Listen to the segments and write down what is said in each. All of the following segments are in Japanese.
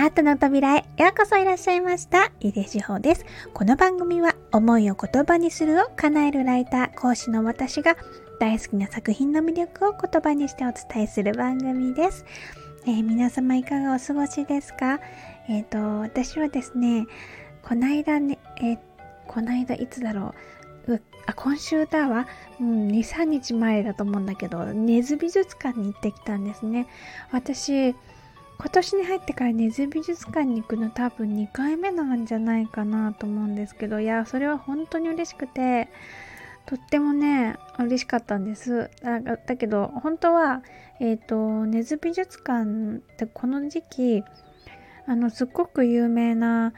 ハートの扉へようこそいらっしゃいました。井出志保です。この番組は思いを言葉にするを叶えるライター講師の私が大好きな作品の魅力を言葉にしてお伝えする番組です。皆様いかがお過ごしですか？私はですね、こないだいつだろう、今週だわ、2、3日前だと思うんだけど、根津美術館に行ってきたんですね。私今年に入ってから根津美術館に行くの多分2回目なんじゃないかなと思うんですけど、いやそれは本当に嬉しくて、とってもね嬉しかったんです。だけど本当は根津美術館ってこの時期すっごく有名な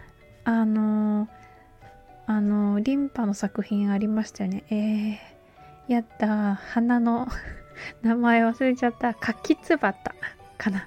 リンパの作品ありましたよね。やった花の名前忘れちゃった。柿つばたかな。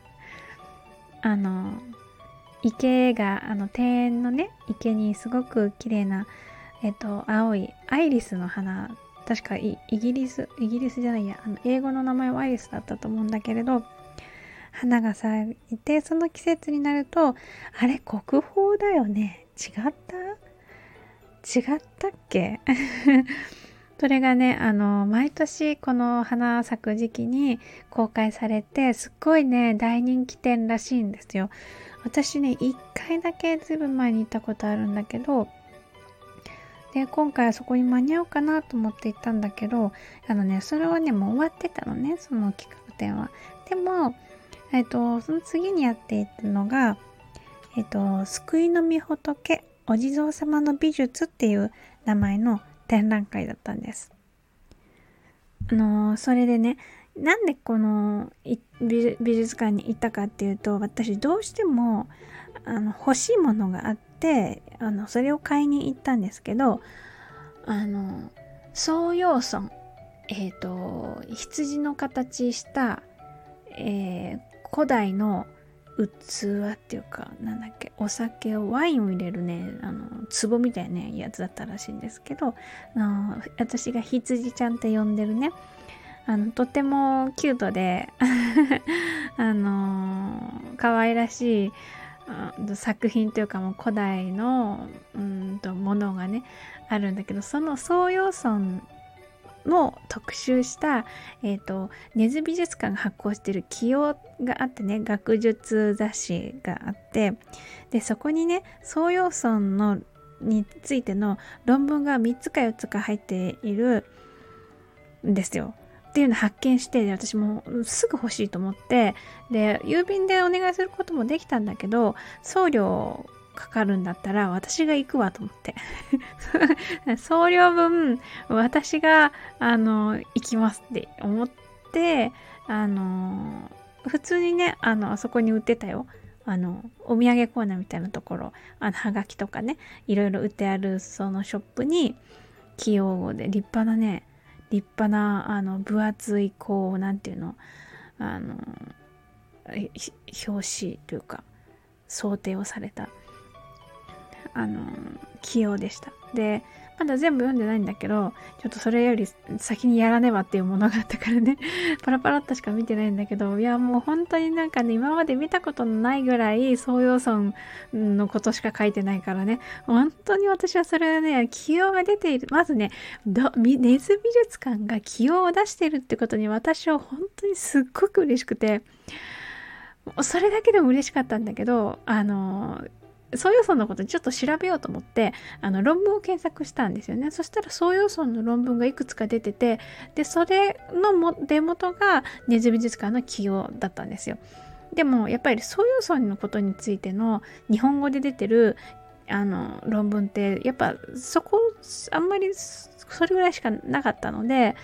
池が庭園のね池にすごく綺麗な青いアイリスの花、確かイギリスじゃないや、英語の名前はアイリスだったと思うんだけれど、花が咲いて、その季節になると、あれ国宝だよね、違ったっけそれがね毎年この花咲く時期に公開されて、すっごいね大人気店らしいんですよ。私ね1回だけずいぶん前に行ったことあるんだけど、で今回はそこに間に合うかなと思って行ったんだけど、それはねもう終わってたのね、その企画展は。でもその次にやっていたのが救いの御仏お地蔵様の美術っていう名前の展覧会だったんです。それでね、なんでこの美術館に行ったかっていうと、私どうしても欲しいものがあって、それを買いに行ったんですけど、曹養尊、羊の形した、古代の器っていうか、なんだっけ、お酒をワインを入れるね壺みたいなやつだったらしいんですけど、私が羊ちゃんって呼んでるねとてもキュートで可愛らしい作品というか、もう古代のものがねあるんだけど、その曹養尊の特集した根津美術館が発行している紀要があってね、学術雑誌があって、でそこにね曹養尊についての論文が3つか4つか入っているんですよ。っていうのを発見して、私もすぐ欲しいと思って、で郵便でお願いすることもできたんだけど、送料かかるんだったら私が行くわと思って送料分私が行きますって思って、普通にねあそこに売ってたよ、お土産コーナーみたいなところ、はがきとかねいろいろ売ってあるそのショップに、器用で立派な分厚いなんていうの表紙というか想定をされた器用でした。でまだ全部読んでないんだけど、ちょっとそれより先にやらねばっていうものがあったからねパラパラっとしか見てないんだけど、いやもう本当になんかね、今まで見たことのないぐらい曹養尊のことしか書いてないからね、本当に私はそれはね、器用が出ている、まずね根津美術館が器用を出しているってことに私は本当にすっごく嬉しくて、それだけでも嬉しかったんだけど、曹養尊のことちょっと調べようと思って論文を検索したんですよね。そしたら曹養尊の論文がいくつか出てて、でそれの出元が根津美術館の器用だったんですよ。でもやっぱり曹養尊のことについての日本語で出てる論文ってやっぱあんまりそれぐらいしかなかったので、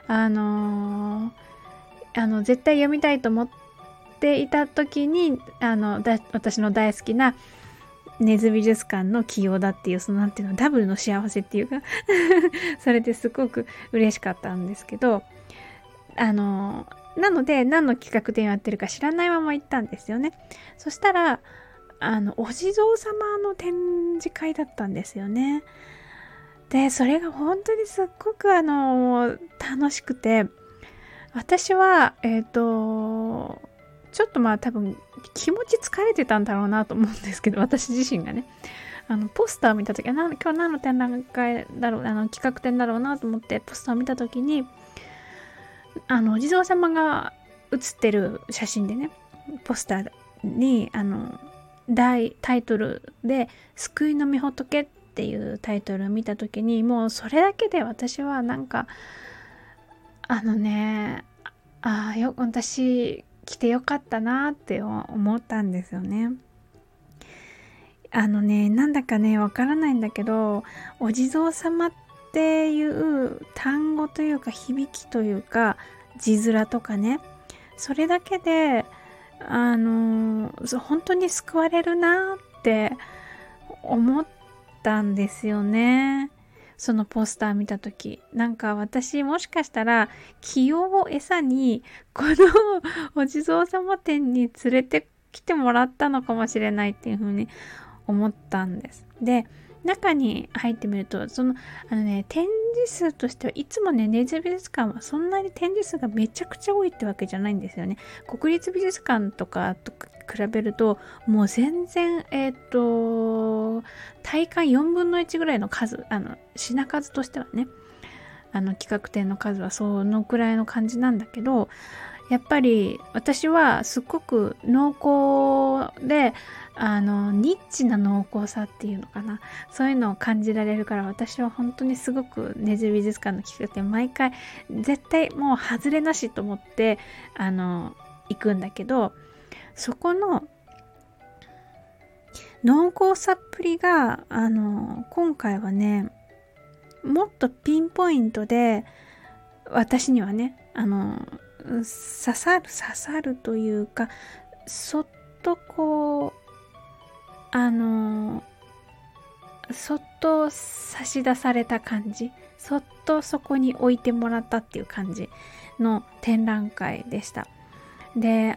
絶対読みたいと思っていた時に私の大好きな根津美術館の起用だっていう、そのなんていうの、ダブルの幸せっていうかそれですごく嬉しかったんですけど、なので何の企画展やってるか知らないまま行ったんですよね。そしたらお地蔵様の展示会だったんですよね。でそれが本当にすっごく楽しくて、私はちょっと多分気持ち疲れてたんだろうなと思うんですけど、私自身がね、ポスターを見たとき、今日何の展覧会だろう、企画展だろうなと思ってポスターを見たときに、お地蔵様が写ってる写真でね、ポスターに、タイトルで、救いの御仏っていうタイトルを見たときに、もうそれだけで私は私来てよかったなって思ったんですよね。なんだかね、わからないんだけど、お地蔵様っていう単語というか響きというか字面とかね、それだけで本当に救われるなって思ったんですよね。そのポスター見たとき、私もしかしたら気を餌にこのお地蔵様展に連れてきてもらったのかもしれないっていうふうに思ったんです。で、中に入ってみると、展示数としてはいつもね、根津美術館はそんなに展示数がめちゃくちゃ多いってわけじゃないんですよね。国立美術館とかと比べると、もう全然、体感4分の1ぐらいの数、品数としてはね、企画展の数はそのくらいの感じなんだけど、やっぱり私はすっごく濃厚で、ニッチな濃厚さっていうのかな、そういうのを感じられるから、私は本当にすごく根津美術館の企画展毎回絶対もう外れなしと思って行くんだけど、そこの濃厚さっぷりが今回はね、もっとピンポイントで私にはね刺さるというか、そっとこうそっと差し出された感じ、そっとそこに置いてもらったっていう感じの展覧会でした。で、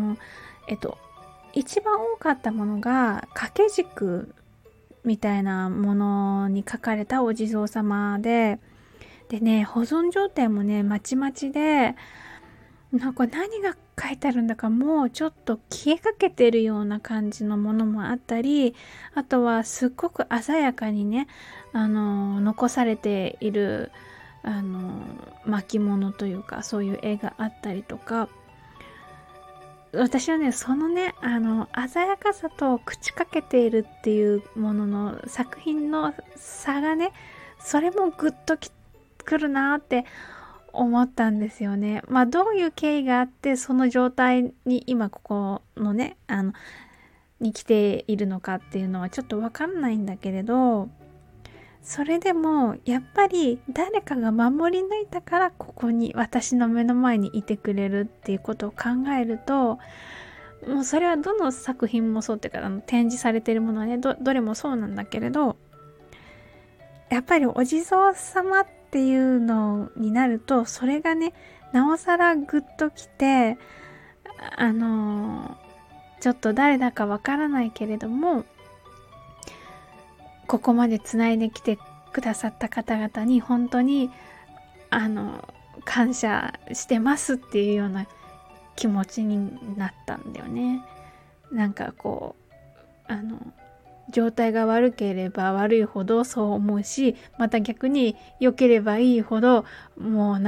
一番多かったものが掛け軸みたいなものに書かれたお地蔵様でね、保存状態もねまちまちで、何が書いてあるんだかもうちょっと消えかけてるような感じのものもあったり、あとはすっごく鮮やかにね残されている巻物というか、そういう絵があったりとか、私はねそのね鮮やかさと朽ちかけているっていうものの作品の差がね、それもグッとくるなって思ったんですよね。どういう経緯があってその状態に今ここのねに来ているのかっていうのはちょっとわかんないんだけれど、それでもやっぱり誰かが守り抜いたからここに私の目の前にいてくれるっていうことを考えると、もうそれはどの作品もそうっていうか展示されているものはね どれもそうなんだけれど、やっぱりお地蔵様っていうのになるとそれがねなおさらグッときて、ちょっと誰だかわからないけれどもここまでつないできてくださった方々に本当に感謝してますっていうような気持ちになったんだよね。状態が悪ければ悪いほどそう思うし、また逆に良ければいいほどもう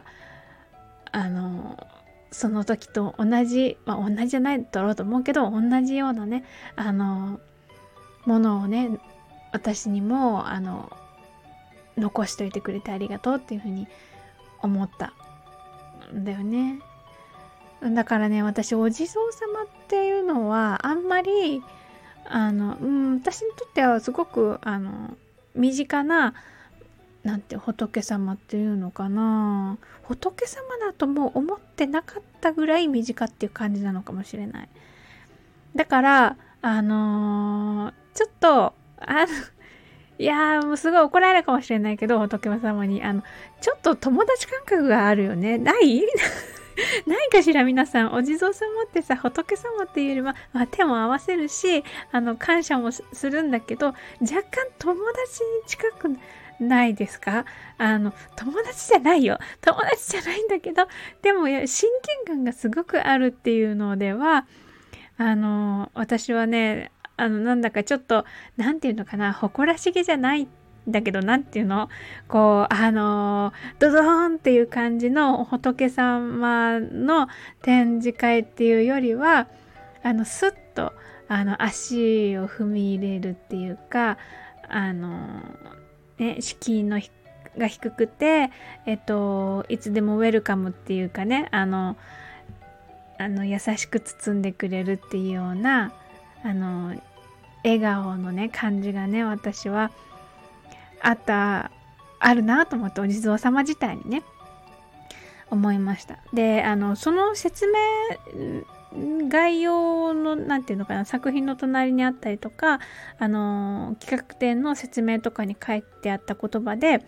その時と同じ、同じじゃないだろうと思うけど同じようなねものをね私にも残しといてくれてありがとうっていうふうに思ったんだよね。だからね、私お地蔵様っていうのはあんまり私にとってはすごく身近な仏様っていうのかな、仏様だともう思ってなかったぐらい身近っていう感じなのかもしれない。だからちょっといやーもうすごい怒られるかもしれないけど、仏様にちょっと友達感覚があるよね。ないないかしら皆さん。お地蔵様ってさ、仏様っていうよりは、手も合わせるし感謝もするんだけど、若干友達に近くないですか？友達じゃないよ。友達じゃないんだけど、でも親近感がすごくあるっていうのでは、私はね、なんだかちょっと、なんていうのかな、誇らしげじゃないんだけど、なんていうの、こう、ドドーンっていう感じの仏様の展示会っていうよりは、スッと、足を踏み入れるっていうか、敷居が低くて、いつでもウェルカムっていうかね、優しく包んでくれるっていうような、笑顔のね、感じがね、私はあるなと思って、お地蔵様自体にね、思いました。で、その説明、概要の、なんていうのかな、作品の隣にあったりとか、企画展の説明とかに書いてあった言葉で、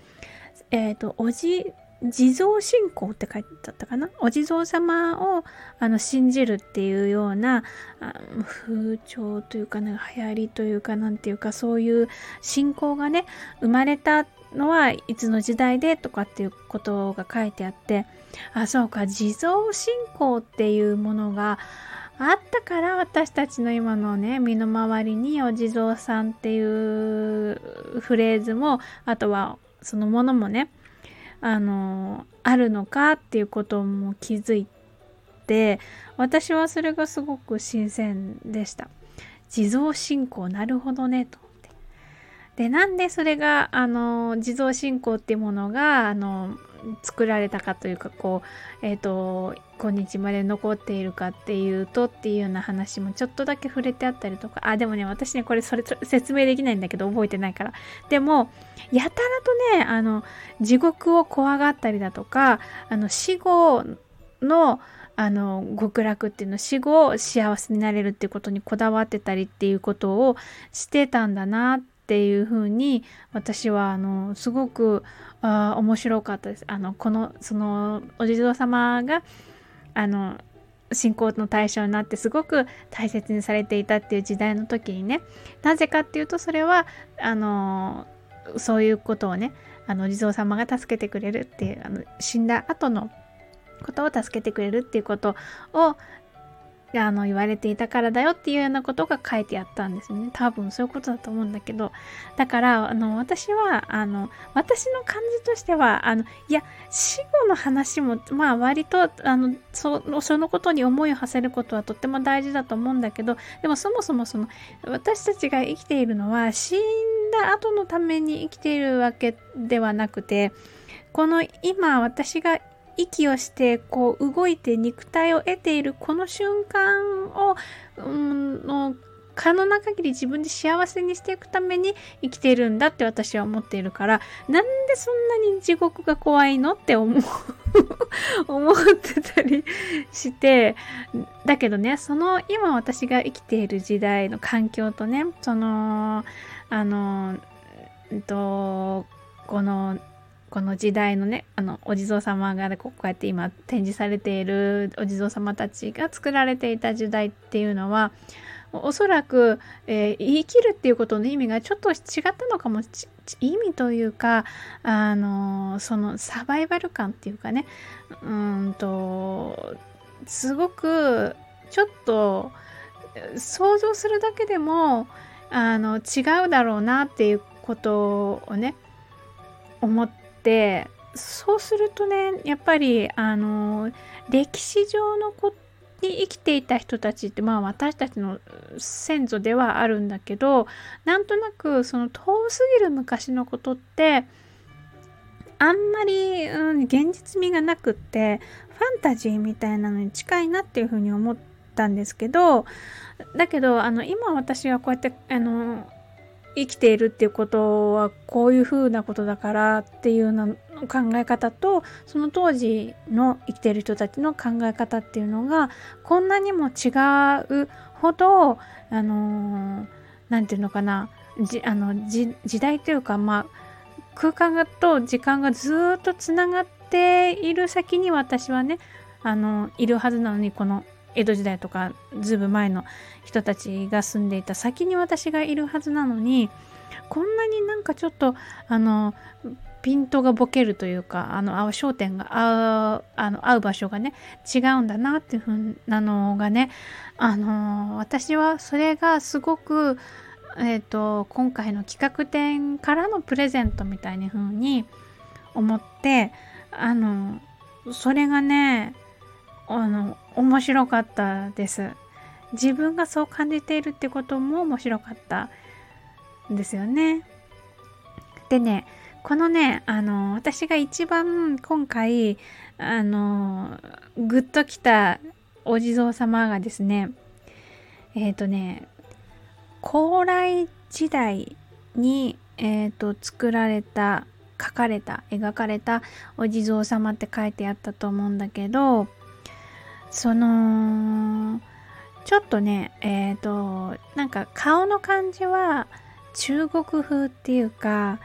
地蔵信仰って書いてあったかな、お地蔵様を信じるっていうような風潮というかね、流行りというか、なんていうか、そういう信仰がね、生まれたのはいつの時代でとかっていうことが書いてあって、そうか、地蔵信仰っていうものがあったから、私たちの今のね、身の回りにお地蔵さんっていうフレーズも、あとはそのものもね、あるのかっていうことも気づいて、私はそれがすごく新鮮でした。地蔵信仰、なるほどねと思って。で、なんでそれが地蔵信仰っていうものが作られたかというか、こう今日まで残っているかっていうとっていうような話もちょっとだけ触れてあったりとか、でもね、私ね、これそれ説明できないんだけど、覚えてないから。でもやたらとね、地獄を怖がったりだとか、死後の極楽っていうの、死後幸せになれるっていうことにこだわってたりっていうことをしてたんだなっていうふうに、私はすごく面白かったです。そのお地蔵様が信仰の対象になってすごく大切にされていたっていう時代の時にね、なぜかっていうと、それはそういうことをね、お地蔵様が助けてくれるっていう、死んだ後のことを助けてくれるっていうことを言われていたからだよっていうようなことが書いてあったんですね。多分そういうことだと思うんだけど、だから私は私の感じとしては、いや、死後の話も割とそのことに思いを馳せることはとっても大事だと思うんだけど、でもそもそも私たちが生きているのは死んだ後のために生きているわけではなくて、この今私が息をしてこう動いて肉体を得ているこの瞬間を、可能な限り自分で幸せにしていくために生きているんだって私は思っているから、なんでそんなに地獄が怖いのって思ってたりして、だけどね、今私が生きている時代の環境とね、この時代のね、お地蔵様がこうやって今展示されているお地蔵様たちが作られていた時代っていうのは、おそらく、生きるっていうことの意味がちょっと違ったのかも、意味というか、そのサバイバル感っていうかね、すごくちょっと想像するだけでも違うだろうなっていうことをね、思って、そうするとね、やっぱり歴史上のに生きていた人たちって、私たちの先祖ではあるんだけど、なんとなくその遠すぎる昔のことってあんまり、現実味がなくって、ファンタジーみたいなのに近いなっていうふうに思ったんですけど、だけど今私がこうやって生きているっていうことはこういう風なことだからっていうの考え方と、その当時の生きている人たちの考え方っていうのがこんなにも違うほどなんていうのかな、時代というか、空間と時間がずっとつながっている先に私はねいるはずなのに、この江戸時代とかずいぶん前の人たちが住んでいた先に私がいるはずなのに、 こんなになんかちょっとピントがボケるというか焦点が合う場所がね違うんだなっていう風なのがね私はそれがすごく今回の企画展からのプレゼントみたいな風に思ってそれがね面白かったです。自分がそう感じているってことも面白かったんですよね。でね、このね私が一番今回グッときたお地蔵様がですね高麗時代に作られた描かれたお地蔵様って書いてあったと思うんだけど、そのちょっとねなんか顔の感じは中国風っていうか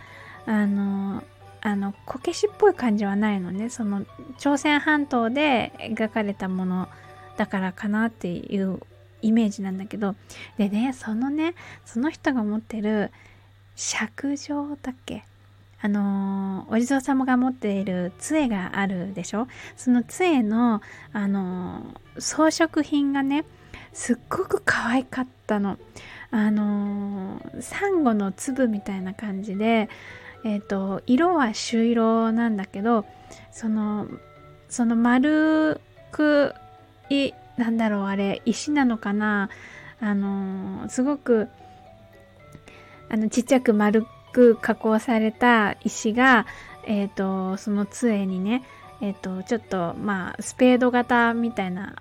こけしっぽい感じはないのね。その朝鮮半島で描かれたものだからかなっていうイメージなんだけど、でねその人が持ってる錫杖だっけ、お地蔵様が持っている杖があるでしょ。その杖の装飾品がねすっごく可愛かったの。サンゴの粒みたいな感じで色は朱色なんだけど、その丸くなんだろうあれ石なのかな、すごくちっちゃく丸く加工された石がその杖にねちょっとまあスペード型みたいな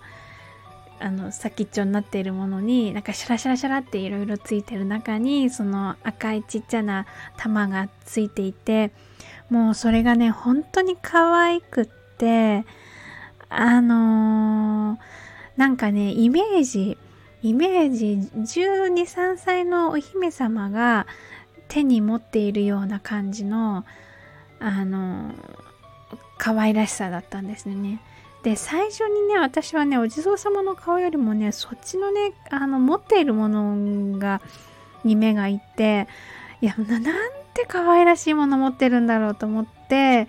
先っちょになっているものになんかシャラシャラシャラっていろいろついてる中にその赤いちっちゃな玉がついていて、もうそれがね本当に可愛くってなんかねイメージ12、3歳のお姫様が手に持っているような感じの可愛らしさだったんですね。で最初にね私はねお地蔵様の顔よりもねそっちのね持っているものに目がいって、いやなんて可愛らしいもの持ってるんだろうと思って、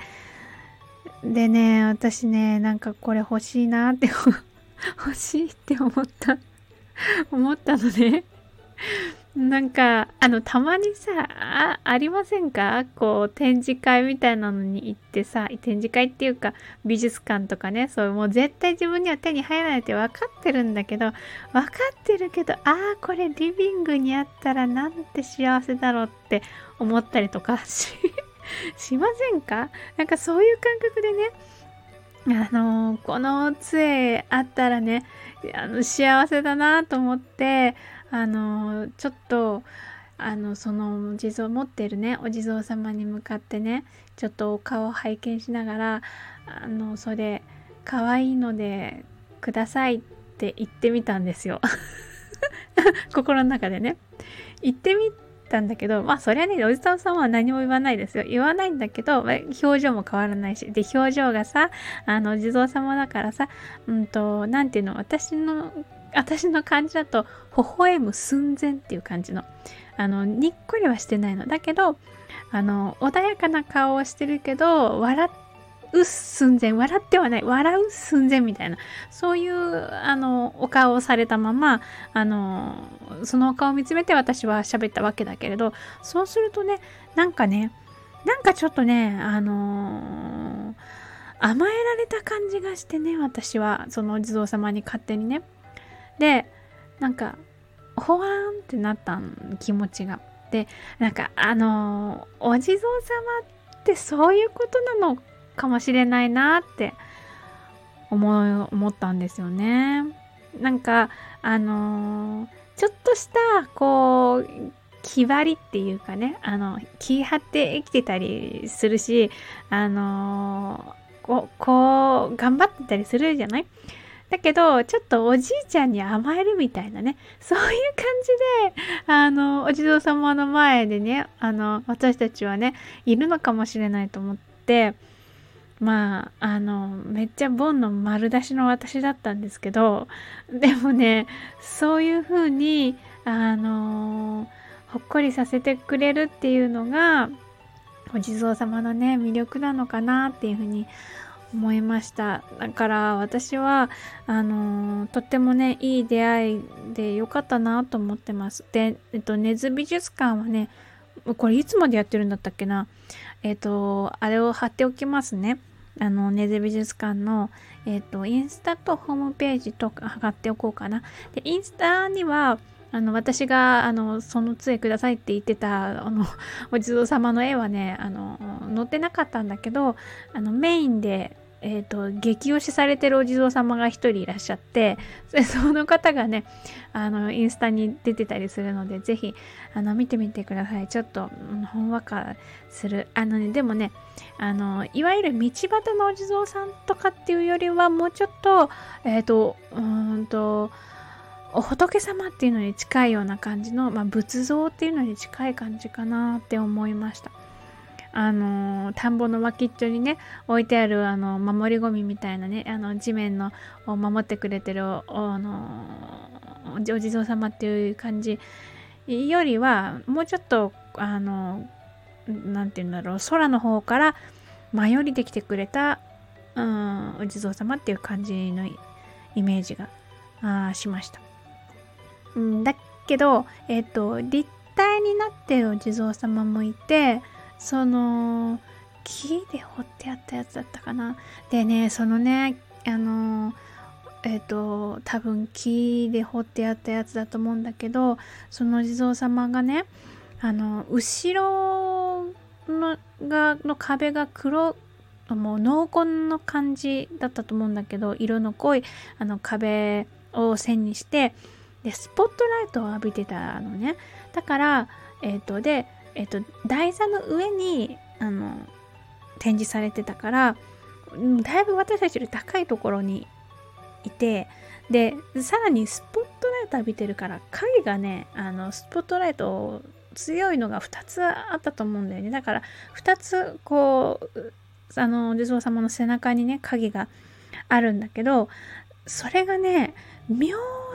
でね私ねなんかこれ欲しいなって欲しいって思ったのね。なんかたまにさありませんか、こう展示会みたいなのに行ってさ、展示会っていうか美術館とかね、そういうもう絶対自分には手に入らないって分かってるんだけどこれリビングにあったらなんて幸せだろうって思ったりとかしませんか。なんかそういう感覚でねこの杖あったらね幸せだなと思ってちょっとその持ってるねお地蔵様に向かってねちょっとお顔を拝見しながらそれ可愛いのでくださいって言ってみたんですよ心の中でね言ってみたんだけど、まあそりゃねおじさんさんは何も言わないですよ。言わないんだけど、表情も変わらないし、で表情がさお地蔵様だからさなんていうの、私の感じだと微笑む寸前っていう感じのにっこりはしてないのだけど穏やかな顔をしてるけど笑う寸前、笑ってはない笑う寸前みたいな、そういうお顔をされたままそのお顔を見つめて私は喋ったわけだけれど、そうするとねなんかちょっとね甘えられた感じがしてね、私はそのお地蔵様に勝手にね、でなんかほわーんってなった気持ちが、でなんかお地蔵様ってそういうことなのかもしれないなって思ったんですよね。なんかちょっとしたこう気張りっていうかね気張って生きてたりするしこう頑張ってたりするじゃない。だけどちょっとおじいちゃんに甘えるみたいなね、そういう感じでお地蔵様の前でね私たちはねいるのかもしれないと思って、まあめっちゃボンの丸出しの私だったんですけど、でもねそういう風にほっこりさせてくれるっていうのがお地蔵様のね魅力なのかなっていうふうに思いました。だから私はとってもねいい出会いでよかったなと思ってます。で、根津美術館はね、これいつまでやってるんだったっけな、あれを貼っておきますね。根津美術館のインスタとホームページと貼っておこうかな。でインスタには私がその杖くださいって言ってたお地蔵様の絵はね載ってなかったんだけど、メインで激推しされてるお地蔵様が一人いらっしゃって、その方がねインスタに出てたりするので、ぜひ見てみてください。ちょっと、ほんわかするでもねいわゆる道端のお地蔵さんとかっていうよりはもうちょっとお仏様っていうのに近いような感じの、仏像っていうのに近い感じかなって思いました。田んぼの脇っちょにね置いてある守りゴミみたいなね地面のを守ってくれてるお地蔵様っていう感じよりはもうちょっとなんていうんだろう、空の方から舞い降りてきてくれた、お地蔵様っていう感じのイメージがしました。だけど立体になってるお地蔵様もいて、その木で彫ってあったやつだったかな。でねそのね多分木で彫ってあったやつだと思うんだけど、そのお地蔵様がね後ろの壁がもう濃紺の感じだったと思うんだけど、色の濃い壁を線にしてでスポットライトを浴びてたのね。だから台座の上に展示されてたから、だいぶ私たちより高いところにいて、でさらにスポットライト浴びてるから影がねスポットライト強いのが2つあったと思うんだよね。だから2つこうお地蔵様の背中にね影があるんだけど、それがね妙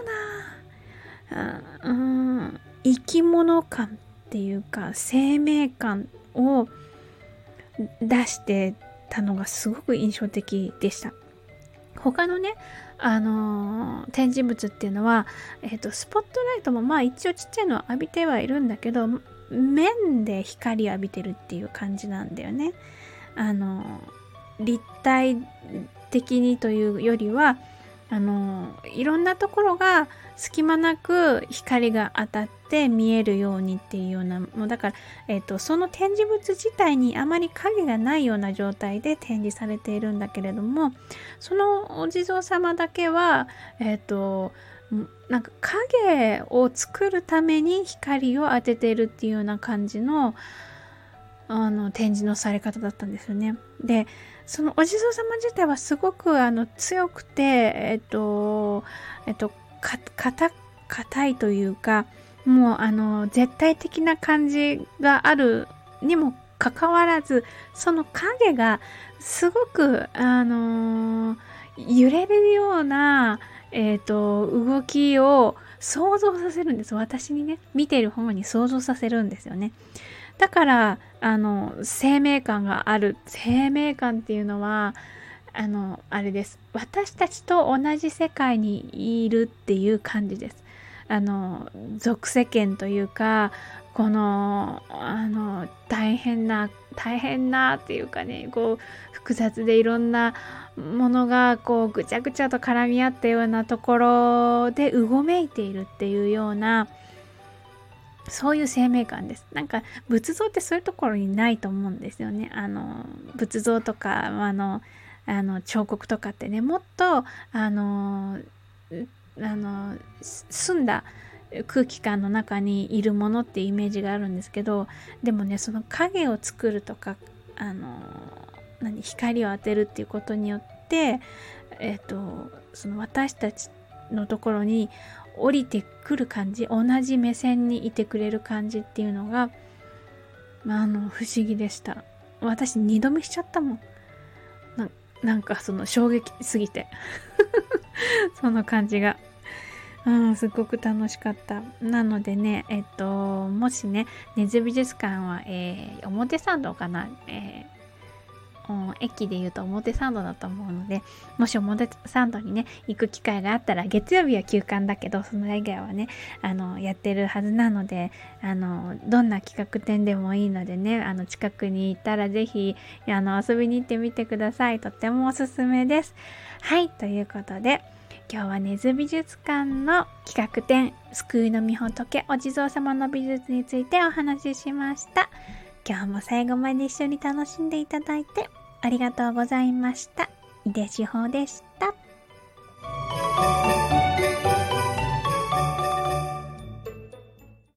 な生き物感っていうか生命感を出してたのがすごく印象的でした。他のね展示物っていうのは、スポットライトも一応ちっちゃいのは浴びてはいるんだけど、面で光を浴びてるっていう感じなんだよね。立体的にというよりはいろんなところが隙間なく光が当たって見えるようにっていうようなもうだから、その展示物自体にあまり影がないような状態で展示されているんだけれども、そのお地蔵様だけはなんか影を作るために光を当てているっていうような感じの展示のされ方だったんですよね。でそのお地蔵様自体はすごく強くて硬いというか、もう絶対的な感じがあるにもかかわらず、その影がすごく揺れるような動きを想像させるんです。私にね見ている方に想像させるんですよね。だから生命感がある。生命感っていうのはあれです。私たちと同じ世界にいるっていう感じです。俗世間というかこの大変なっていうかね、こう複雑でいろんなものがこうぐちゃぐちゃと絡み合ったようなところでうごめいているっていうような、そういう生命感です。なんか仏像ってそういうところにないと思うんですよね。仏像とか彫刻とかってね、もっと澄んだ空気感の中にいるものっていうイメージがあるんですけど、でもねその影を作るとか光を当てるっていうことによってその私たちのところに降りてくる感じ、同じ目線にいてくれる感じっていうのが不思議でした。私二度見しちゃったもん。なんかその衝撃すぎてその感じがすごく楽しかった。なのでね、もしね、根津美術館は、表参道かな、駅で言うと表参道だと思うので、もし表参道にね行く機会があったら、月曜日は休館だけどその以外はねやってるはずなので、どんな企画展でもいいのでね、近くに行ったらぜひ遊びに行ってみてください。とってもおすすめです。はい、ということで今日は根津美術館の企画展救いの御仏お地蔵様の美術についてお話ししました。今日も最後まで一緒に楽しんでいただいてありがとうございました。井出志保でした。